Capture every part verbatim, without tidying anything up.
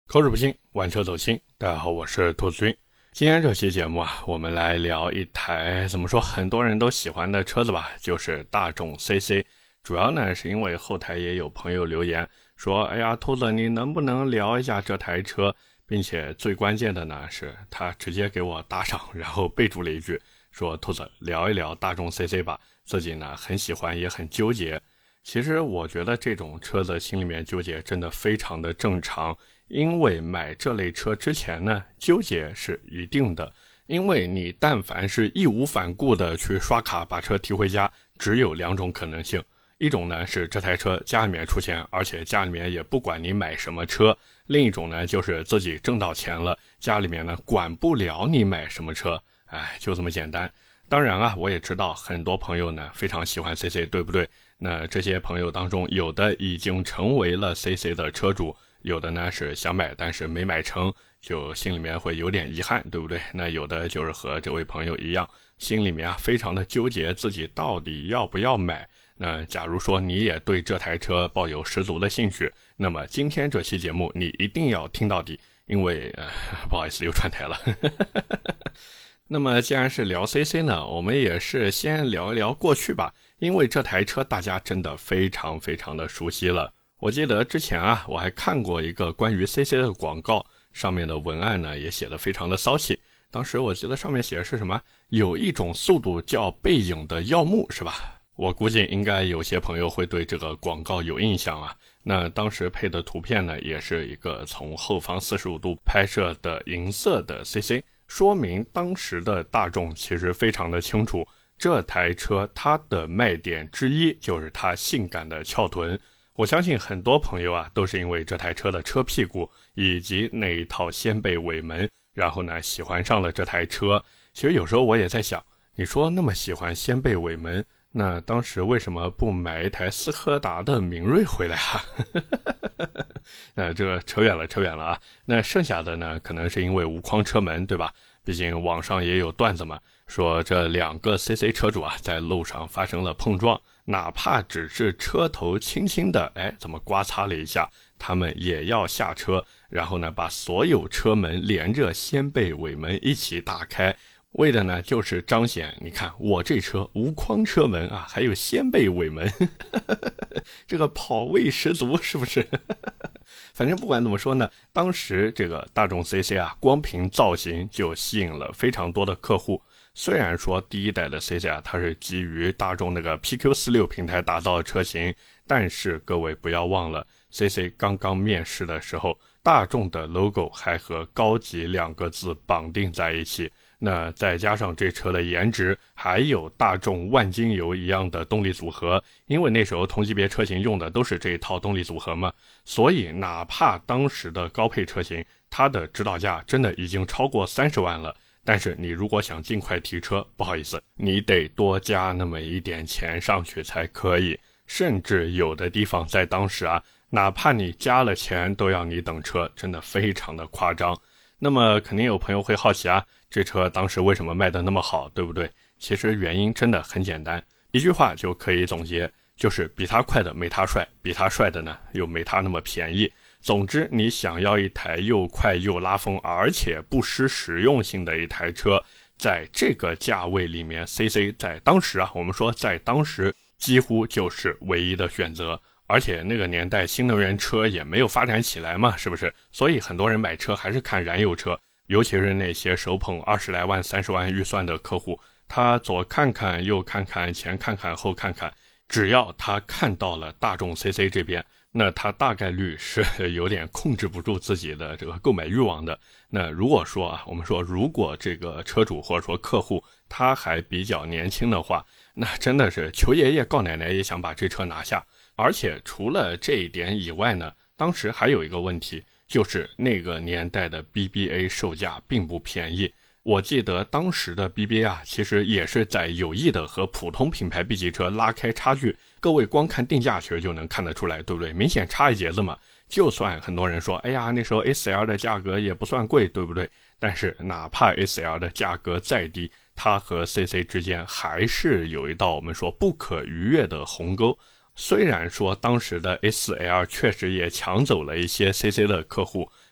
口齿不清，玩车走心。大家好，我是兔子君。今天这期节目啊，我们来聊一台怎么说很多人都喜欢的车子吧，就是大众 C C。 主要呢是因为后台也有朋友留言说，哎呀兔子你能不能聊一下这台车，并且最关键的呢是他直接给我打赏，然后备注了一句说，兔子聊一聊大众 C C 吧，自己呢很喜欢也很纠结。其实我觉得这种车子心里面纠结真的非常的正常，因为买这类车之前呢，纠结是一定的。因为你但凡是义无反顾的去刷卡把车提回家，只有两种可能性。一种呢是这台车家里面出钱，而且家里面也不管你买什么车。另一种呢就是自己挣到钱了，家里面呢管不了你买什么车。哎，就这么简单。当然啊，我也知道很多朋友呢非常喜欢 C C， 对不对？那这些朋友当中，有的已经成为了 C C 的车主，有的呢是想买但是没买成，就心里面会有点遗憾，对不对？那有的就是和这位朋友一样，心里面啊非常的纠结自己到底要不要买。那假如说你也对这台车抱有十足的兴趣，那么今天这期节目你一定要听到底，因为、呃、不好意思又串台了那么既然是聊 C C 呢，我们也是先聊一聊过去吧，因为这台车大家真的非常非常的熟悉了。我记得之前啊，我还看过一个关于 C C 的广告，上面的文案呢也写得非常的骚气。当时我记得上面写的是什么，有一种速度叫背影的耀目，是吧？我估计应该有些朋友会对这个广告有印象啊。那当时配的图片呢，也是一个从后方四十五度拍摄的银色的 C C， 说明当时的大众其实非常的清楚，这台车它的卖点之一就是它性感的翘臀。我相信很多朋友啊都是因为这台车的车屁股以及那一套掀背尾门，然后呢喜欢上了这台车。其实有时候我也在想，你说那么喜欢掀背尾门，那当时为什么不买一台斯柯达的明锐回来啊？那这个扯远了扯远了啊。那剩下的呢可能是因为无框车门，对吧？毕竟网上也有段子嘛，说这两个 C C 车主啊在路上发生了碰撞，哪怕只是车头轻轻的哎怎么刮擦了一下，他们也要下车，然后呢把所有车门连着掀背尾门一起打开，为的呢就是彰显，你看我这车无框车门啊，还有掀背尾门这个跑位十足，是不是反正不管怎么说呢，当时这个大众 C C 啊，光凭造型就吸引了非常多的客户。虽然说第一代的 C C 啊，它是基于大众那个 P Q 四十六 平台打造的车型，但是各位不要忘了 C C 刚刚面世的时候，大众的 logo 还和高级两个字绑定在一起，那再加上这车的颜值，还有大众万金油一样的动力组合，因为那时候同级别车型用的都是这一套动力组合嘛，所以哪怕当时的高配车型，它的指导价真的已经超过三十万了，但是你如果想尽快提车，不好意思，你得多加那么一点钱上去才可以，甚至有的地方在当时啊，哪怕你加了钱都要你等车，真的非常的夸张。那么肯定有朋友会好奇啊，这车当时为什么卖得那么好，对不对？其实原因真的很简单，一句话就可以总结，就是比他快的没他帅，比他帅的呢又没他那么便宜。总之你想要一台又快又拉风而且不失实用性的一台车，在这个价位里面 C C 在当时啊，我们说在当时几乎就是唯一的选择。而且那个年代新能源车也没有发展起来嘛，是不是？所以很多人买车还是看燃油车，尤其是那些手捧二十来万三十万预算的客户，他左看看右看看前看看后看看，只要他看到了大众 C C 这边，那他大概率是有点控制不住自己的这个购买欲望的。那如果说啊，我们说如果这个车主或者说客户他还比较年轻的话，那真的是求爷爷告奶奶也想把这车拿下。而且除了这一点以外呢，当时还有一个问题，就是那个年代的 B B A 售价并不便宜。我记得当时的 B B A 啊，其实也是在有意的和普通品牌 B 级车拉开差距，各位光看定价其实就能看得出来，对不对？明显差一截子嘛。就算很多人说，哎呀，那时候 S L 的价格也不算贵，对不对？但是哪怕 S L 的价格再低，它和 C C 之间还是有一道我们说不可逾越的鸿沟。虽然说当时的 S L 确实也抢走了一些 C C 的客户，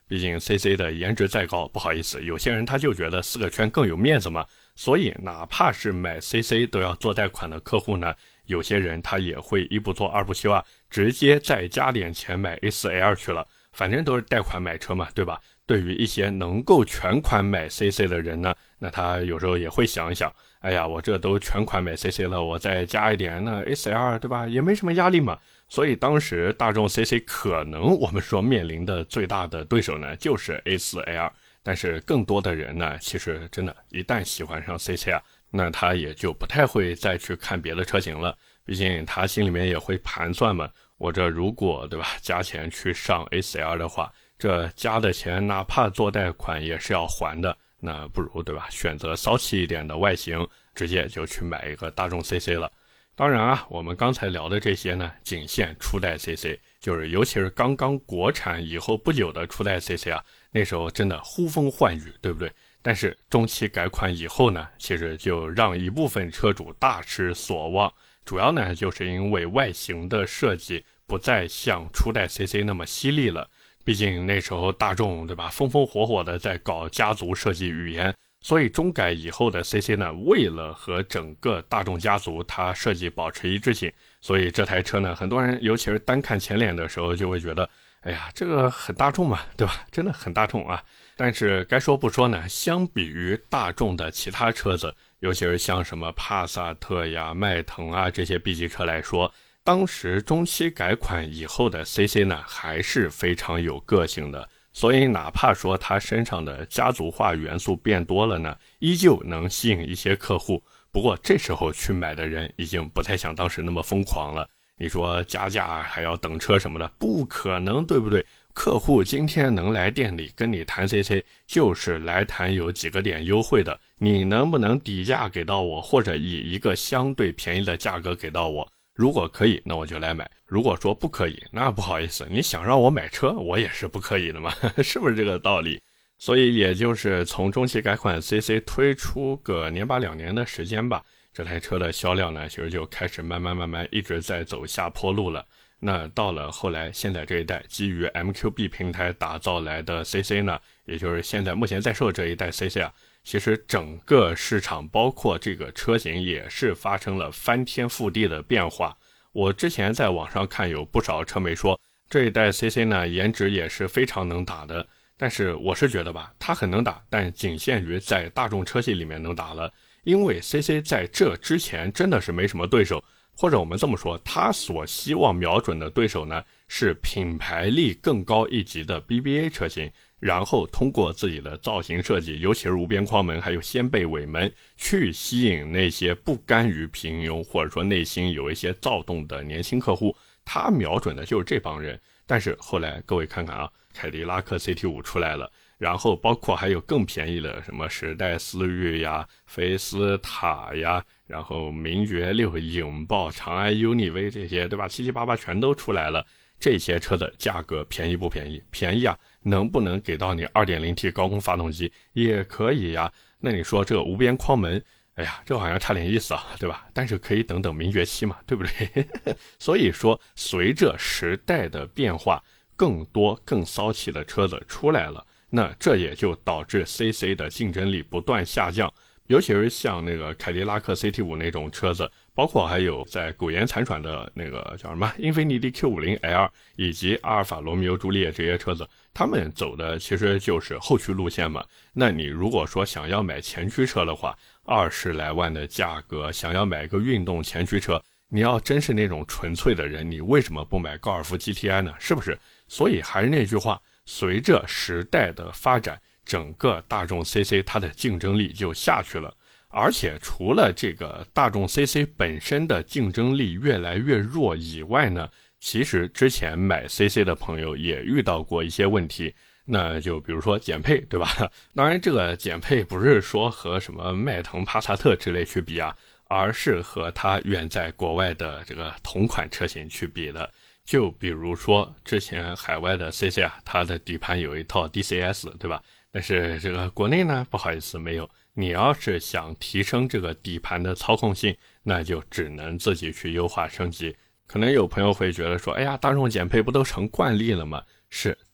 毕竟 C C 的颜值再高，不好意思，有些人他就觉得四个圈更有面子嘛，所以哪怕是买 C C 都要做贷款的客户呢，有些人他也会一不做二不休啊，直接再加点钱买 A 四 L 去了，反正都是贷款买车嘛，对吧？对于一些能够全款买 C C 的人呢，那他有时候也会想一想，哎呀，我这都全款买 C C 了，我再加一点那 A 四 L 对吧，也没什么压力嘛。所以当时大众 C C 可能我们说面临的最大的对手呢就是 A 四 L， 但是更多的人呢其实真的一旦喜欢上 C C 啊，那他也就不太会再去看别的车型了，毕竟他心里面也会盘算嘛，我这如果对吧加钱去上 A 四 L 的话，这加的钱哪怕做贷款也是要还的，那不如对吧选择骚气一点的外形，直接就去买一个大众 C C 了。当然啊，我们刚才聊的这些呢仅限初代 C C， 就是尤其是刚刚国产以后不久的初代 C C 啊，那时候真的呼风唤雨，对不对？但是中期改款以后呢，其实就让一部分车主大失所望，主要呢就是因为外形的设计不再像初代 C C 那么犀利了，毕竟那时候大众对吧风风火火的在搞家族设计语言，所以中改以后的 C C 呢，为了和整个大众家族它设计保持一致性，所以这台车呢，很多人尤其是单看前脸的时候就会觉得，哎呀，这个很大众嘛，对吧？真的很大众啊。但是该说不说呢，相比于大众的其他车子，尤其是像什么帕萨特呀、迈腾啊这些 B 级车来说，当时中期改款以后的 C C 呢，还是非常有个性的。所以哪怕说它身上的家族化元素变多了呢，依旧能吸引一些客户。不过这时候去买的人已经不太像当时那么疯狂了。你说加价还要等车什么的，不可能，对不对？客户今天能来店里跟你谈 C C， 就是来谈有几个点优惠的，你能不能底价给到我，或者以一个相对便宜的价格给到我？如果可以，那我就来买。如果说不可以，那不好意思，你想让我买车，我也是不可以的嘛，是不是这个道理？所以也就是从中期改款 C C 推出个年把两年的时间吧，这台车的销量呢，其实就开始慢慢慢慢一直在走下坡路了。那到了后来现在这一代基于 M Q B 平台打造来的 C C 呢，也就是现在目前在售这一代 C C 啊，其实整个市场包括这个车型也是发生了翻天覆地的变化。我之前在网上看有不少车媒说这一代 C C 呢颜值也是非常能打的，但是我是觉得吧，它很能打，但仅限于在大众车系里面能打了，因为 C C 在这之前真的是没什么对手，或者我们这么说，它所希望瞄准的对手呢是品牌力更高一级的 B B A 车型，然后通过自己的造型设计，尤其是无边框门还有掀背尾门，去吸引那些不甘于平庸或者说内心有一些躁动的年轻客户，他瞄准的就是这帮人。但是后来各位看看啊，凯迪拉克 C T 五 出来了，然后包括还有更便宜的什么时代思域呀、菲斯塔呀，然后名爵六、影豹、长安 U N I V 这些，对吧？七七八八全都出来了。这些车的价格便宜不便宜？便宜啊！能不能给到你 二点零 T 高功发动机？也可以呀。那你说这个无边框门，哎呀，这好像差点意思啊，对吧？但是可以等等名爵七嘛，对不对？所以说，随着时代的变化，更多更骚气的车子出来了，那这也就导致 C C 的竞争力不断下降。尤其是像那个凯迪拉克 C T 五 那种车子，包括还有在苟延残喘的那个叫什么英菲尼迪 Q 五十 L 以及阿尔法罗密欧朱丽叶这些车子，他们走的其实就是后驱路线嘛。那你如果说想要买前驱车的话，二十来万的价格，想要买个运动前驱车，你要真是那种纯粹的人，你为什么不买高尔夫 G T I 呢？是不是？所以还是那句话，随着时代的发展，整个大众 C C 它的竞争力就下去了。而且除了这个大众 C C 本身的竞争力越来越弱以外呢，其实之前买 C C 的朋友也遇到过一些问题，那就比如说减配，对吧？当然这个减配不是说和什么迈腾、帕萨特之类去比啊，而是和它远在国外的这个同款车型去比的。就比如说之前海外的 C C 啊，它的底盘有一套 D C S， 对吧？但是这个国内呢，不好意思没有。你要是想提升这个底盘的操控性，那就只能自己去优化升级。可能有朋友会觉得说，哎呀，大众减配不都成惯例了吗？是，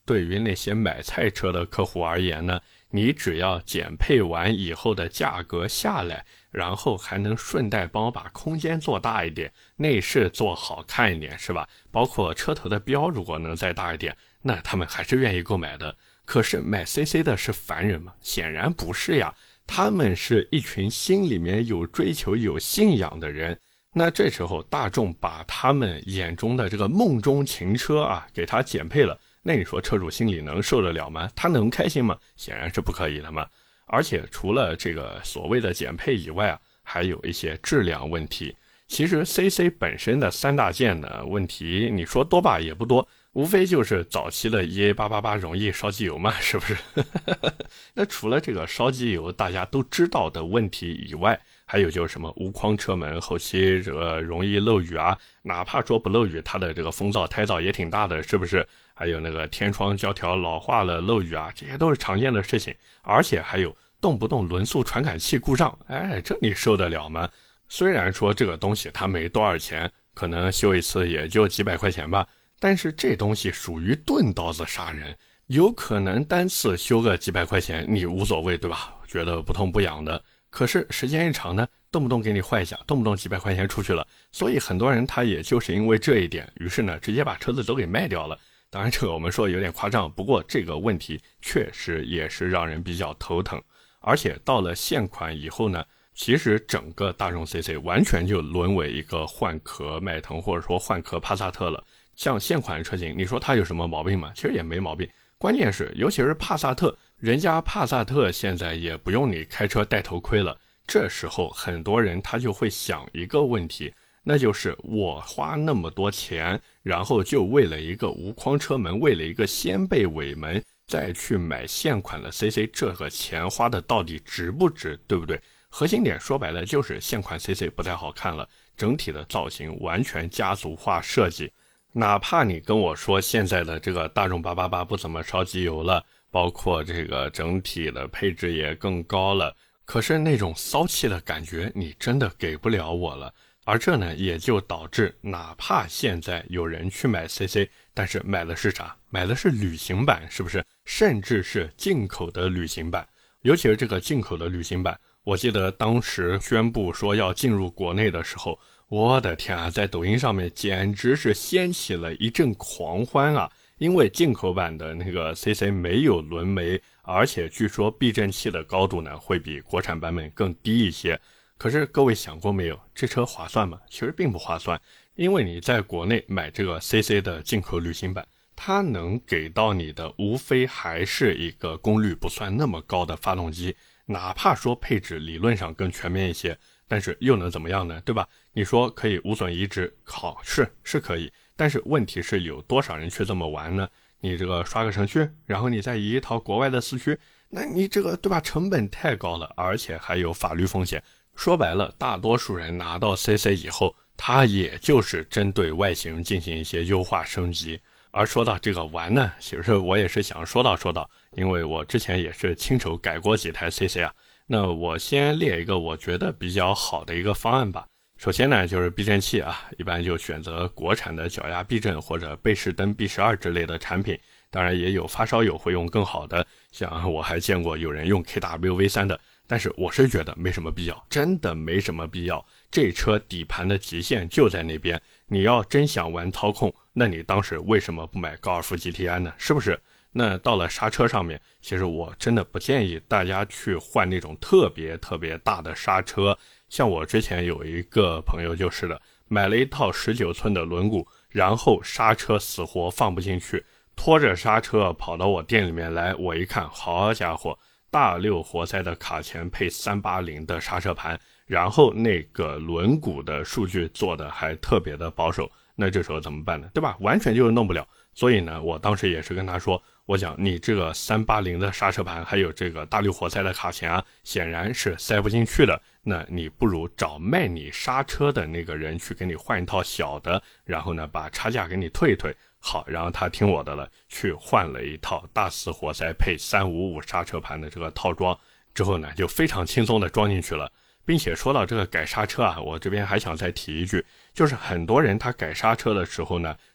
对于那些买菜车的客户而言呢，你只要减配完以后的价格下来，然后还能顺带帮我把空间做大一点，内饰做好看一点，是吧？包括车头的标如果能再大一点，那他们还是愿意购买的。可是买 C C 的是凡人吗？显然不是呀，他们是一群心里面有追求有信仰的人。那这时候大众把他们眼中的这个梦中情车啊给他减配了，那你说车主心里能受得了吗？他能开心吗？显然是不可以的嘛。而且除了这个所谓的减配以外啊，还有一些质量问题。其实 C C 本身的三大件的问题，你说多吧也不多，无非就是早期的 E A 八八八 容易烧机油嘛，是不是？那除了这个烧机油大家都知道的问题以外，还有就是什么无框车门后期这个容易漏雨啊，哪怕说不漏雨，它的这个风噪胎噪也挺大的，是不是？还有那个天窗胶条老化了漏雨啊，这些都是常见的事情。而且还有动不动轮速传感器故障，哎，这你受得了吗？虽然说这个东西它没多少钱，可能修一次也就几百块钱吧，但是这东西属于钝刀子杀人，有可能单次修个几百块钱你无所谓，对吧？觉得不痛不痒的。可是时间一长呢，动不动给你坏一下，动不动几百块钱出去了，所以很多人他也就是因为这一点，于是呢直接把车子都给卖掉了。当然这个我们说有点夸张，不过这个问题确实也是让人比较头疼。而且到了现款以后呢，其实整个大众 C C 完全就沦为一个换壳迈腾或者说换壳帕萨特了。像现款车型，你说它有什么毛病吗？其实也没毛病。关键是尤其是帕萨特，人家帕萨特现在也不用你开车戴头盔了，这时候很多人他就会想一个问题，那就是我花那么多钱，然后就为了一个无框车门，为了一个掀背尾门再去买现款的 C C， 这个钱花的到底值不值，对不对？核心点说白了就是现款 C C 不太好看了，整体的造型完全家族化设计。哪怕你跟我说现在的这个大众八八八不怎么烧机油了，包括这个整体的配置也更高了，可是那种骚气的感觉你真的给不了我了。而这呢也就导致哪怕现在有人去买 C C， 但是买的是啥？买的是旅行版，是不是？甚至是进口的旅行版。尤其是这个进口的旅行版，我记得当时宣布说要进入国内的时候，我的天啊，在抖音上面简直是掀起了一阵狂欢啊！因为进口版的那个 C C 没有轮眉，而且据说避震器的高度呢会比国产版本更低一些。可是各位想过没有，这车划算吗？其实并不划算，因为你在国内买这个 C C 的进口旅行版，它能给到你的无非还是一个功率不算那么高的发动机，哪怕说配置理论上更全面一些，但是又能怎么样呢？对吧？你说可以无损移植，好，是是可以，但是问题是有多少人去这么玩呢？你这个刷个程序，然后你再移一套国外的四驱，那你这个对吧，成本太高了，而且还有法律风险。说白了，大多数人拿到 C C 以后，它也就是针对外形进行一些优化升级。而说到这个玩呢，其实我也是想说道说道，因为我之前也是亲手改过几台 C C 啊。那我先列一个我觉得比较好的一个方案吧。首先呢，就是避震器啊，一般就选择国产的脚压避震或者贝士登 B 十二 之类的产品。当然也有发烧友会用更好的，像我还见过有人用 K W V 三 的，但是我是觉得没什么必要，真的没什么必要。这车底盘的极限就在那边，你要真想玩操控，那你当时为什么不买高尔夫 G T I 呢？是不是？那到了刹车上面，其实我真的不建议大家去换那种特别特别大的刹车。像我之前有一个朋友就是的，买了一套十九寸的轮毂，然后刹车死活放不进去，拖着刹车跑到我店里面来，我一看，好家伙，大六活塞的卡钳配三八零的刹车盘，然后那个轮毂的数据做的还特别的保守，那这时候怎么办呢？对吧？完全就是弄不了。所以呢，我当时也是跟他说，我讲你这个三八零的刹车盘还有这个大六活塞的卡钳啊，显然是塞不进去的，那你不如找卖你刹车的那个人去给你换一套小的，然后呢把差价给你退一退。好，然后他听我的了，去换了一套大四活塞配三五五刹车盘的这个套装，之后呢就非常轻松的装进去了。并且说到这个改刹车啊，我这边还想再提一句，就是很多人他改刹车的时候呢，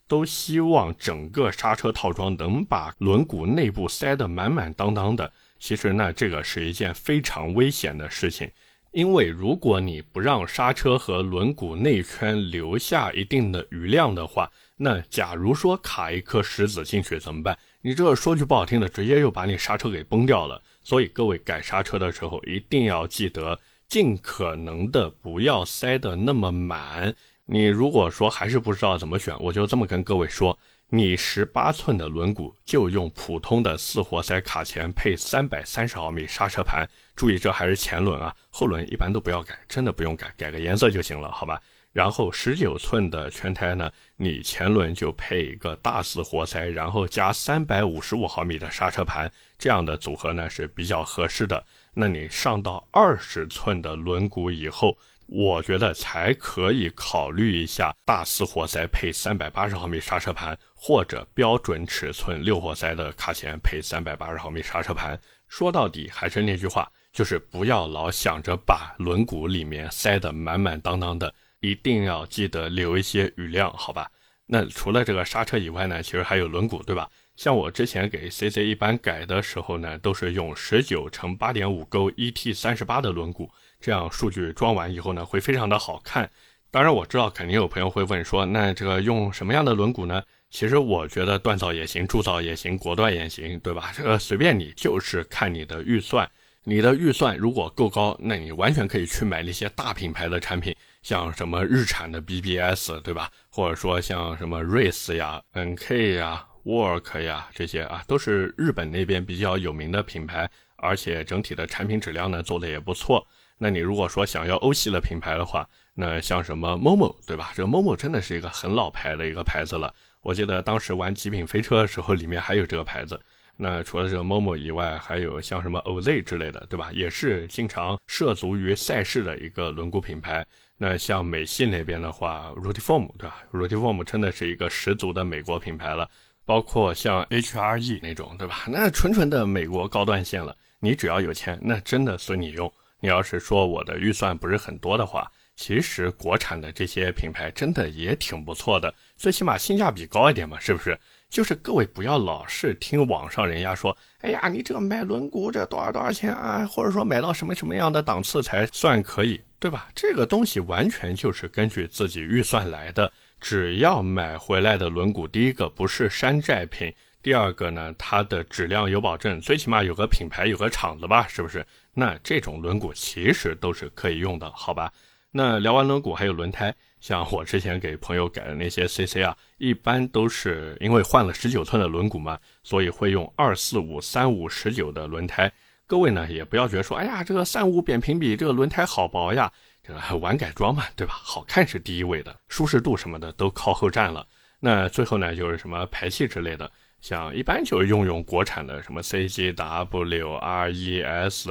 都希望整个刹车套装能把轮毂内部塞得满满当当的。其实呢，这个是一件非常危险的事情，因为如果你不让刹车和轮毂内圈留下一定的余量的话，那假如说卡一颗石子进去怎么办？你这说句不好听的，直接就把你刹车给崩掉了。所以各位改刹车的时候一定要记得尽可能的不要塞得那么满。你如果说还是不知道怎么选，我就这么跟各位说，你十八寸的轮毂就用普通的四活塞卡钳配三百三十毫米刹车盘，注意这还是前轮啊，后轮一般都不要改，真的不用改，改个颜色就行了，好吧。然后十九寸的圈胎呢，你前轮就配一个大四活塞，然后加三百五十五毫米的刹车盘，这样的组合呢是比较合适的。那你上到二十寸的轮毂以后，我觉得才可以考虑一下大四活塞配三百八十毫米刹车盘，或者标准尺寸六活塞的卡钳配三百八十毫米刹车盘。说到底还是那句话，就是不要老想着把轮毂里面塞得满满当当的，一定要记得留一些余量，好吧。那除了这个刹车以外呢，其实还有轮毂，对吧？像我之前给 C C 一般改的时候呢，都是用十九乘八点五 勾 E T 三十八 的轮毂，这样数据装完以后呢会非常的好看。当然我知道肯定有朋友会问说，那这个用什么样的轮毂呢？其实我觉得锻造也行，铸造也行，国锻也行，对吧？这个随便你，就是看你的预算。你的预算如果够高，那你完全可以去买那些大品牌的产品，像什么日产的 B B S， 对吧？或者说像什么 Race 呀 N K 呀 Work 呀，这些啊都是日本那边比较有名的品牌，而且整体的产品质量呢做的也不错。那你如果说想要欧系的品牌的话，那像什么 Momo， 对吧？这个 Momo 真的是一个很老牌的一个牌子了，我记得当时玩极品飞车的时候里面还有这个牌子。那除了这个 Momo 以外，还有像什么 O Z 之类的，对吧？也是经常涉足于赛事的一个轮毂品牌。那像美系那边的话 Rotiform， 对吧？ Rotiform 真的是一个十足的美国品牌了，包括像 H R E 那种，对吧？那纯纯的美国高端线了，你只要有钱，那真的随你用。你要是说我的预算不是很多的话，其实国产的这些品牌真的也挺不错的，最起码性价比高一点嘛，是不是？就是各位不要老是听网上人家说，哎呀，你这个买轮毂这多少多少钱啊，或者说买到什么什么样的档次才算可以，对吧？这个东西完全就是根据自己预算来的。只要买回来的轮毂，第一个不是山寨品，第二个呢，它的质量有保证，最起码有个品牌有个厂子吧，是不是？那这种轮毂其实都是可以用的，好吧？那聊完轮毂还有轮胎，像我之前给朋友改的那些 C C 啊，一般都是因为换了十九寸的轮毂嘛，所以会用二四五、三五、十九的轮胎。各位呢也不要觉得说，哎呀，这个三五扁平比这个轮胎好薄呀，这个玩改装嘛，对吧？好看是第一位的，舒适度什么的都靠后站了。那最后呢就是什么排气之类的，像一般就用用国产的什么 C G W、R E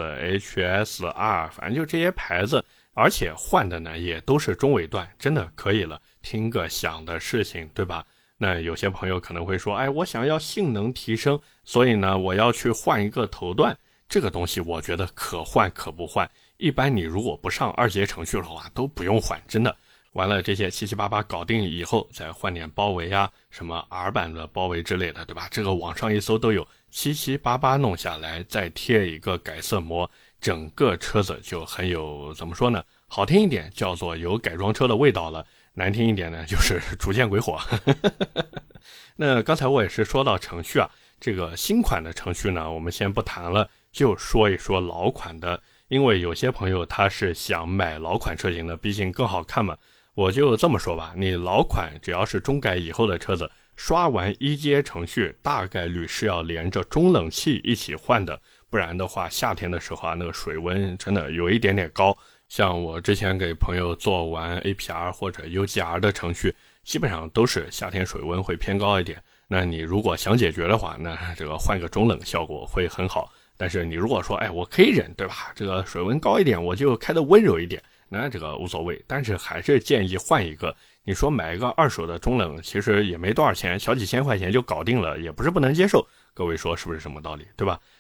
S、H S R， 反正就这些牌子。而且换的呢也都是中尾段，真的可以了，听个响的事情，对吧？那有些朋友可能会说，哎，我想要性能提升，所以呢我要去换一个头段，这个东西我觉得可换可不换，一般你如果不上二阶程序的话都不用换，真的。完了这些七七八八搞定以后，再换点包围啊，什么 R 版的包围之类的，对吧？这个网上一搜都有，七七八八弄下来，再贴一个改色膜，整个车子就很有，怎么说呢？好听一点叫做有改装车的味道了，难听一点呢就是逐渐鬼火。那刚才我也是说到程序啊，这个新款的程序呢我们先不谈了，就说一说老款的，因为有些朋友他是想买老款车型的，毕竟更好看嘛。我就这么说吧，你老款只要是中改以后的车子，刷完一阶程序大概率是要连着中冷器一起换的，不然的话夏天的时候啊，那个水温真的有一点点高。像我之前给朋友做完 A P R 或者 U G R 的程序，基本上都是夏天水温会偏高一点，那你如果想解决的话，那这个换个中冷效果会很好。但是你如果说哎我可以忍，对吧？这个水温高一点我就开得温柔一点，那这个无所谓，但是还是建议换一个。你说买一个二手的中冷其实也没多少钱，小几千块钱就搞定了，也不是不能接受。各位说是不是什么道理，对吧？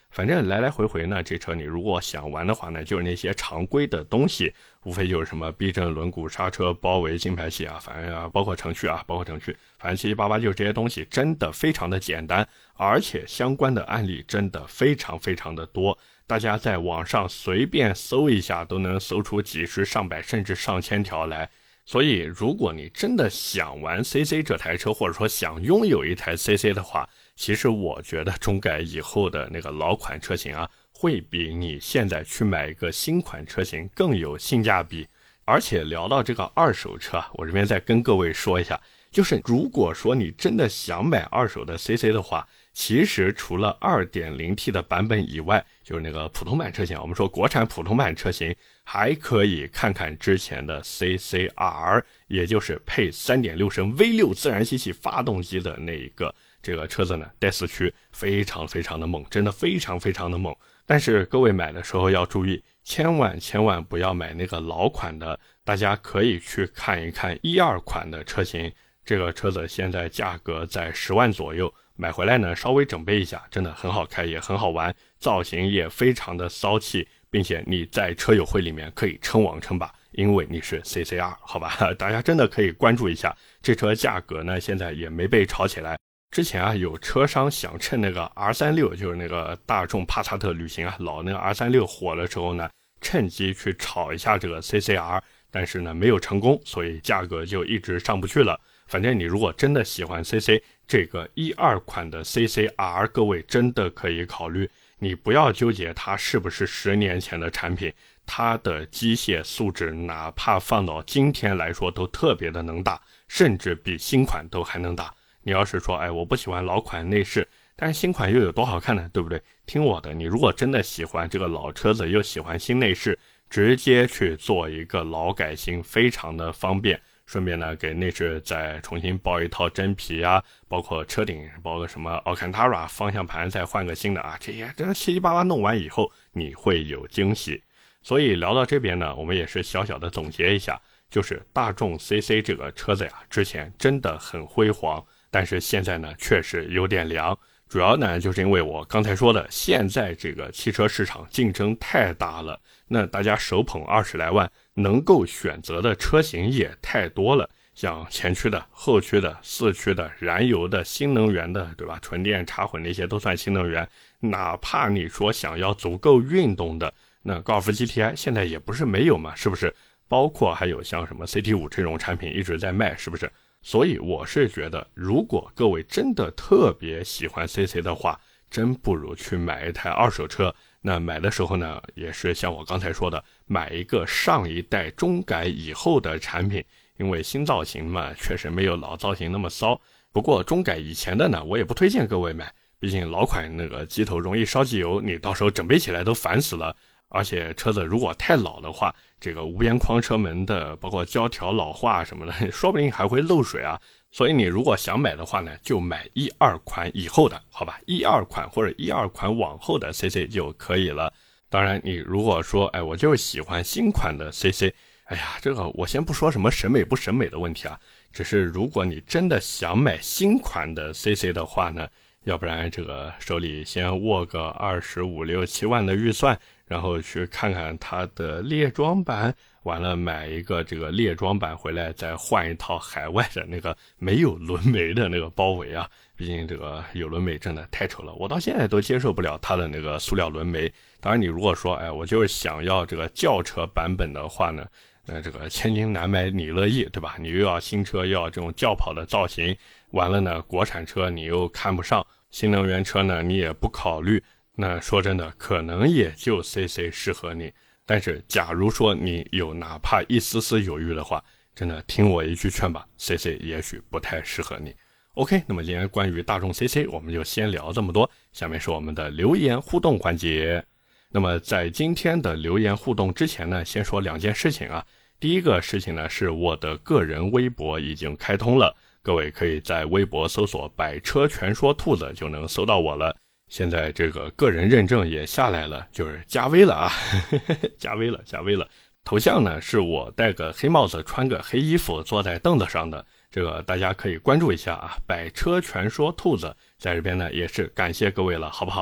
反正来来回回呢，这车你如果想玩的话呢，就是那些常规的东西，无非就是什么避震、轮毂、刹车、包围、进排气啊，反正啊包括程序啊，包括程序，反正七七八八就是这些东西，真的非常的简单，而且相关的案例真的非常非常的多。大家在网上随便搜一下都能搜出几十上百甚至上千条来。所以如果你真的想玩 C C 这台车，或者说想拥有一台 C C 的话，其实我觉得中改以后的那个老款车型啊，会比你现在去买一个新款车型更有性价比。而且聊到这个二手车，我这边再跟各位说一下，就是如果说你真的想买二手的 C C 的话，其实除了 二点零 T 的版本以外，就是那个普通版车型，我们说国产普通版车型，还可以看看之前的 C C R， 也就是配 三点六 升 V 六 自然吸气发动机的那一个这个车子呢，带四驱非常非常的猛，真的非常非常的猛。但是各位买的时候要注意，千万千万不要买那个老款的，大家可以去看一看一二款的车型，这个车子现在价格在十万左右，买回来呢稍微整备一下，真的很好开也很好玩，造型也非常的骚气，并且你在车友会里面可以称王称霸，因为你是 C C R， 好吧，大家真的可以关注一下。这车价格呢现在也没被炒起来，之前啊有车商想趁那个 R 三十六 就是那个大众帕萨特旅行啊老那个 R 三十六 火的时候呢，趁机去炒一下这个 C C R， 但是呢没有成功，所以价格就一直上不去了。反正你如果真的喜欢 C C， 这个一二款的 C C R， 各位真的可以考虑，你不要纠结它是不是十年前的产品，它的机械素质哪怕放到今天来说都特别的能打，甚至比新款都还能打。你要是说哎我不喜欢老款内饰，但是新款又有多好看呢，对不对？听我的，你如果真的喜欢这个老车子又喜欢新内饰，直接去做一个劳改新，非常的方便。顺便呢给内饰再重新包一套真皮啊，包括车顶包个什么 Alcantara， 方向盘再换个新的啊，这些这七七八八弄完以后你会有惊喜。所以聊到这边呢，我们也是小小的总结一下，就是大众 C C 这个车子呀，之前真的很辉煌，但是现在呢确实有点凉。主要呢就是因为我刚才说的，现在这个汽车市场竞争太大了，那大家手捧二十来万能够选择的车型也太多了，像前驱的、后驱的、四驱的、燃油的、新能源的，对吧？纯电、插混那些都算新能源。哪怕你说想要足够运动的，那高尔夫 G T I 现在也不是没有嘛，是不是？包括还有像什么 C T 五 这种产品一直在卖，是不是？所以我是觉得，如果各位真的特别喜欢 C C 的话，真不如去买一台二手车。那买的时候呢，也是像我刚才说的，买一个上一代中改以后的产品，因为新造型嘛，确实没有老造型那么骚。不过中改以前的呢，我也不推荐各位买，毕竟老款那个机头容易烧机油，你到时候整备起来都烦死了。而且车子如果太老的话，这个无边框车门的包括胶条老化什么的，说不定还会漏水啊。所以你如果想买的话呢，就买一二款以后的，好吧，一二款或者一二款往后的 C C 就可以了。当然你如果说哎我就是喜欢新款的 C C， 哎呀这个我先不说什么审美不审美的问题啊，只是如果你真的想买新款的 C C 的话呢，要不然这个手里先握个二十五六七万的预算，然后去看看它的列装版，完了买一个这个列装版回来，再换一套海外的那个没有轮眉的那个包围啊，毕竟这个有轮眉真的太丑了，我到现在都接受不了它的那个塑料轮眉。当然你如果说哎我就是想要这个轿车版本的话呢，那这个千金难买你乐意，对吧？你又要新车又要这种轿跑的造型，完了呢国产车你又看不上，新能源车呢你也不考虑，那说真的可能也就 C C 适合你。但是假如说你有哪怕一丝丝犹豫的话，真的听我一句劝吧， C C 也许不太适合你。 OK， 那么今天关于大众 C C 我们就先聊这么多，下面是我们的留言互动环节。那么在今天的留言互动之前呢，先说两件事情啊。第一个事情呢，是我的个人微博已经开通了，各位可以在微博搜索百车全说兔子就能搜到我了。现在这个个人认证也下来了，就是加微了啊加微了加微了。头像呢是我戴个黑帽子穿个黑衣服坐在凳子上的，这个大家可以关注一下啊，百车全说兔子，在这边呢也是感谢各位了，好不好？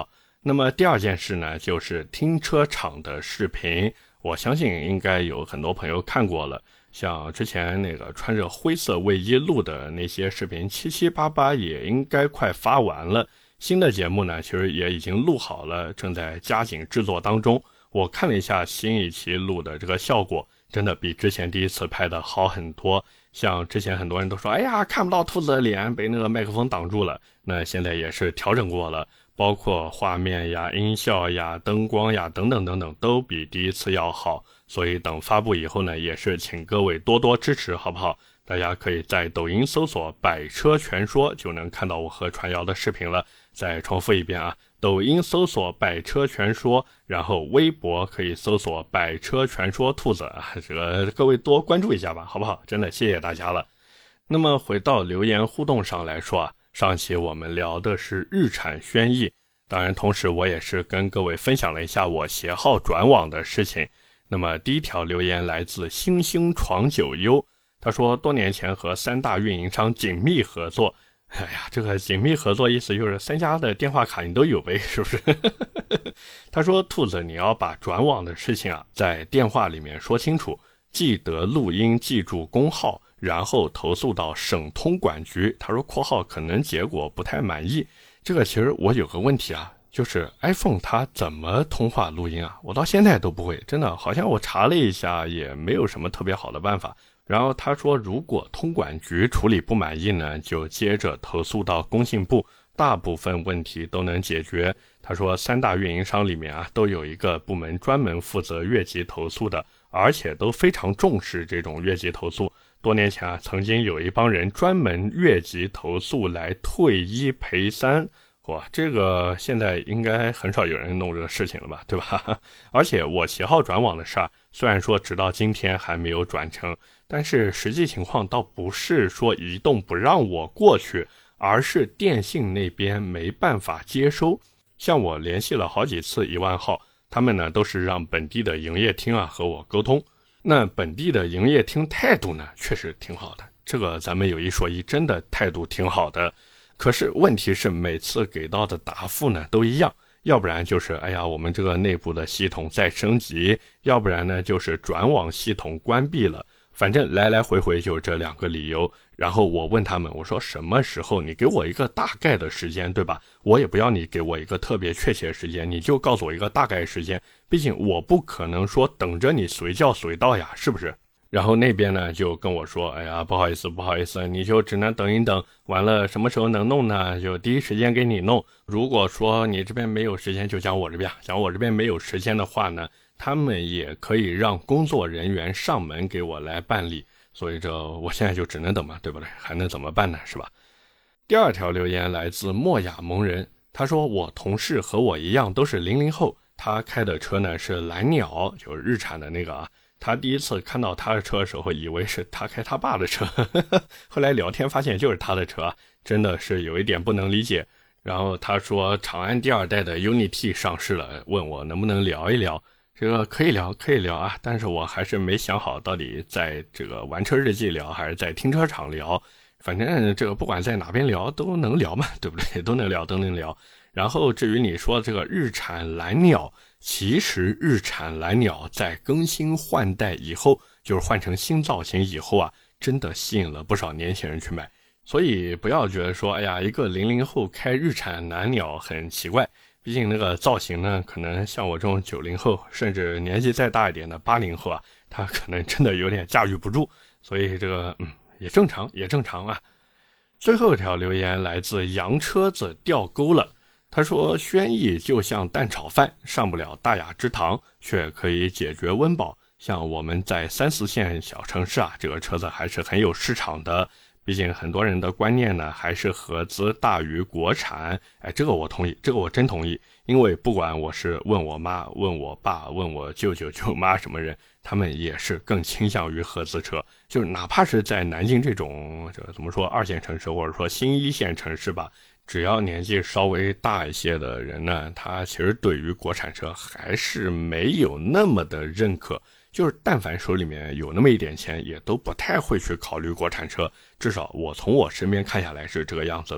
那么第二件事呢，就是停车场的视频，我相信应该有很多朋友看过了，像之前那个穿着灰色卫衣录的那些视频，七七八八也应该快发完了。新的节目呢，其实也已经录好了，正在加紧制作当中。我看了一下新一期录的这个效果，真的比之前第一次拍的好很多。像之前很多人都说，哎呀，看不到兔子的脸，被那个麦克风挡住了。那现在也是调整过了，包括画面呀、音效呀、灯光呀等等等等，都比第一次要好。所以等发布以后呢，也是请各位多多支持，好不好？大家可以在抖音搜索百车全说，就能看到我和传谣的视频了。再重复一遍啊，抖音搜索百车全说，然后微博可以搜索百车全说兔子啊，这个各位多关注一下吧，好不好？真的谢谢大家了。那么回到留言互动上来说啊，上期我们聊的是日产轩逸，当然同时我也是跟各位分享了一下我携号转网的事情。那么第一条留言来自星星闯九幽，他说多年前和三大运营商紧密合作，哎呀，这个紧密合作意思就是三家的电话卡你都有呗，是不是？他说兔子，你要把转网的事情啊在电话里面说清楚，记得录音，记住工号，然后投诉到省通管局。他说括号可能结果不太满意。这个其实我有个问题啊，就是 iPhone 它怎么通话录音啊？我到现在都不会，真的好像我查了一下也没有什么特别好的办法。然后他说如果通管局处理不满意呢，就接着投诉到工信部，大部分问题都能解决。他说三大运营商里面啊都有一个部门专门负责越级投诉的，而且都非常重视这种越级投诉。多年前啊曾经有一帮人专门越级投诉来退一赔三，哇，这个现在应该很少有人弄这个事情了吧，对吧？而且我携号转网的事儿，虽然说直到今天还没有转成，但是实际情况倒不是说移动不让我过去，而是电信那边没办法接收。像我联系了好几次一万号，他们呢都是让本地的营业厅啊和我沟通。那本地的营业厅态度呢确实挺好的，这个咱们有一说一，真的态度挺好的。可是问题是每次给到的答复呢都一样，要不然就是哎呀我们这个内部的系统在升级，要不然呢就是转网系统关闭了，反正来来回回就这两个理由。然后我问他们，我说什么时候你给我一个大概的时间，对吧？我也不要你给我一个特别确切时间，你就告诉我一个大概时间，毕竟我不可能说等着你随叫随到呀，是不是？然后那边呢就跟我说，哎呀不好意思不好意思，你就只能等一等，完了什么时候能弄呢就第一时间给你弄。如果说你这边没有时间就讲我这边，讲我这边没有时间的话呢，他们也可以让工作人员上门给我来办理。所以这我现在就只能等嘛，对不对？还能怎么办呢，是吧？第二条留言来自莫雅蒙人，他说我同事和我一样都是零零后，他开的车呢是蓝鸟，就是日产的那个啊。他第一次看到他的车的时候以为是他开他爸的车，后来聊天发现就是他的车啊，真的是有一点不能理解。然后他说长安第二代的 Unity 上市了，问我能不能聊一聊。这个可以聊可以聊啊，但是我还是没想好到底在这个玩车日记聊还是在停车场聊，反正这个不管在哪边聊都能聊嘛，对不对？都能聊都能聊。然后至于你说这个日产蓝鸟，其实日产蓝鸟在更新换代以后，就是换成新造型以后啊，真的吸引了不少年轻人去买。所以不要觉得说哎呀一个零零后开日产蓝鸟很奇怪，毕竟那个造型呢，可能像我这种九零后，甚至年纪再大一点的八零后啊，他可能真的有点驾驭不住，所以这个嗯也正常，也正常啊。最后一条留言来自洋车子掉钩了，他说轩逸就像蛋炒饭，上不了大雅之堂，却可以解决温饱。像我们在三四线小城市啊，这个车子还是很有市场的。毕竟很多人的观念呢还是合资大于国产，哎，这个我同意，这个我真同意。因为不管我是问我妈、问我爸、问我舅舅舅妈什么人，他们也是更倾向于合资车。就是哪怕是在南京这种这怎么说二线城市或者说新一线城市吧，只要年纪稍微大一些的人呢，他其实对于国产车还是没有那么的认可。就是但凡手里面有那么一点钱，也都不太会去考虑国产车，至少我从我身边看下来是这个样子的。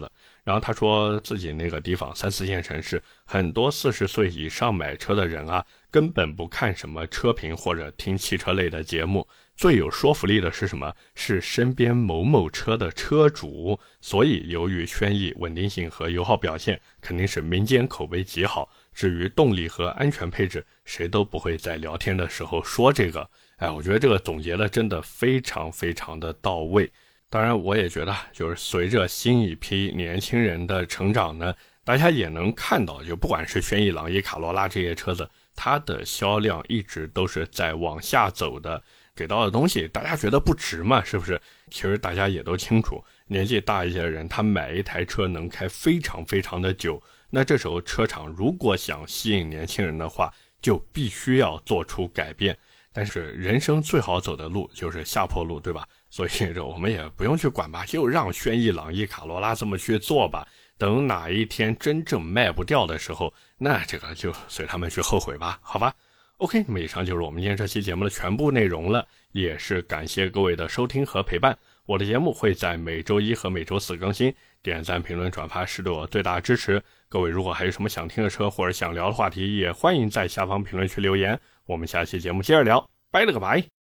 然后他说自己那个地方三四线城市，很多四十岁以上买车的人啊，根本不看什么车评或者听汽车类的节目，最有说服力的是什么？是身边某某车的车主。所以由于轩逸稳定性和油耗表现，肯定是民间口碑极好。至于动力和安全配置，谁都不会在聊天的时候说这个。哎，我觉得这个总结的真的非常非常的到位。当然我也觉得就是随着新一批年轻人的成长呢，大家也能看到，就不管是轩逸、朗逸、卡罗拉这些车子，它的销量一直都是在往下走的，给到的东西大家觉得不值嘛，是不是？其实大家也都清楚，年纪大一些的人他买一台车能开非常非常的久，那这时候车厂如果想吸引年轻人的话，就必须要做出改变。但是人生最好走的路就是下坡路，对吧？所以这我们也不用去管吧，就让轩逸、朗逸、卡罗拉这么去做吧。等哪一天真正卖不掉的时候，那这个就随他们去后悔吧，好吧 OK， 那么以上就是我们今天这期节目的全部内容了，也是感谢各位的收听和陪伴。我的节目会在每周一和每周四更新，点赞、评论、转发是对我最大的支持。各位如果还有什么想听的车或者想聊的话题，也欢迎在下方评论区留言。我们下期节目接着聊，拜了个拜。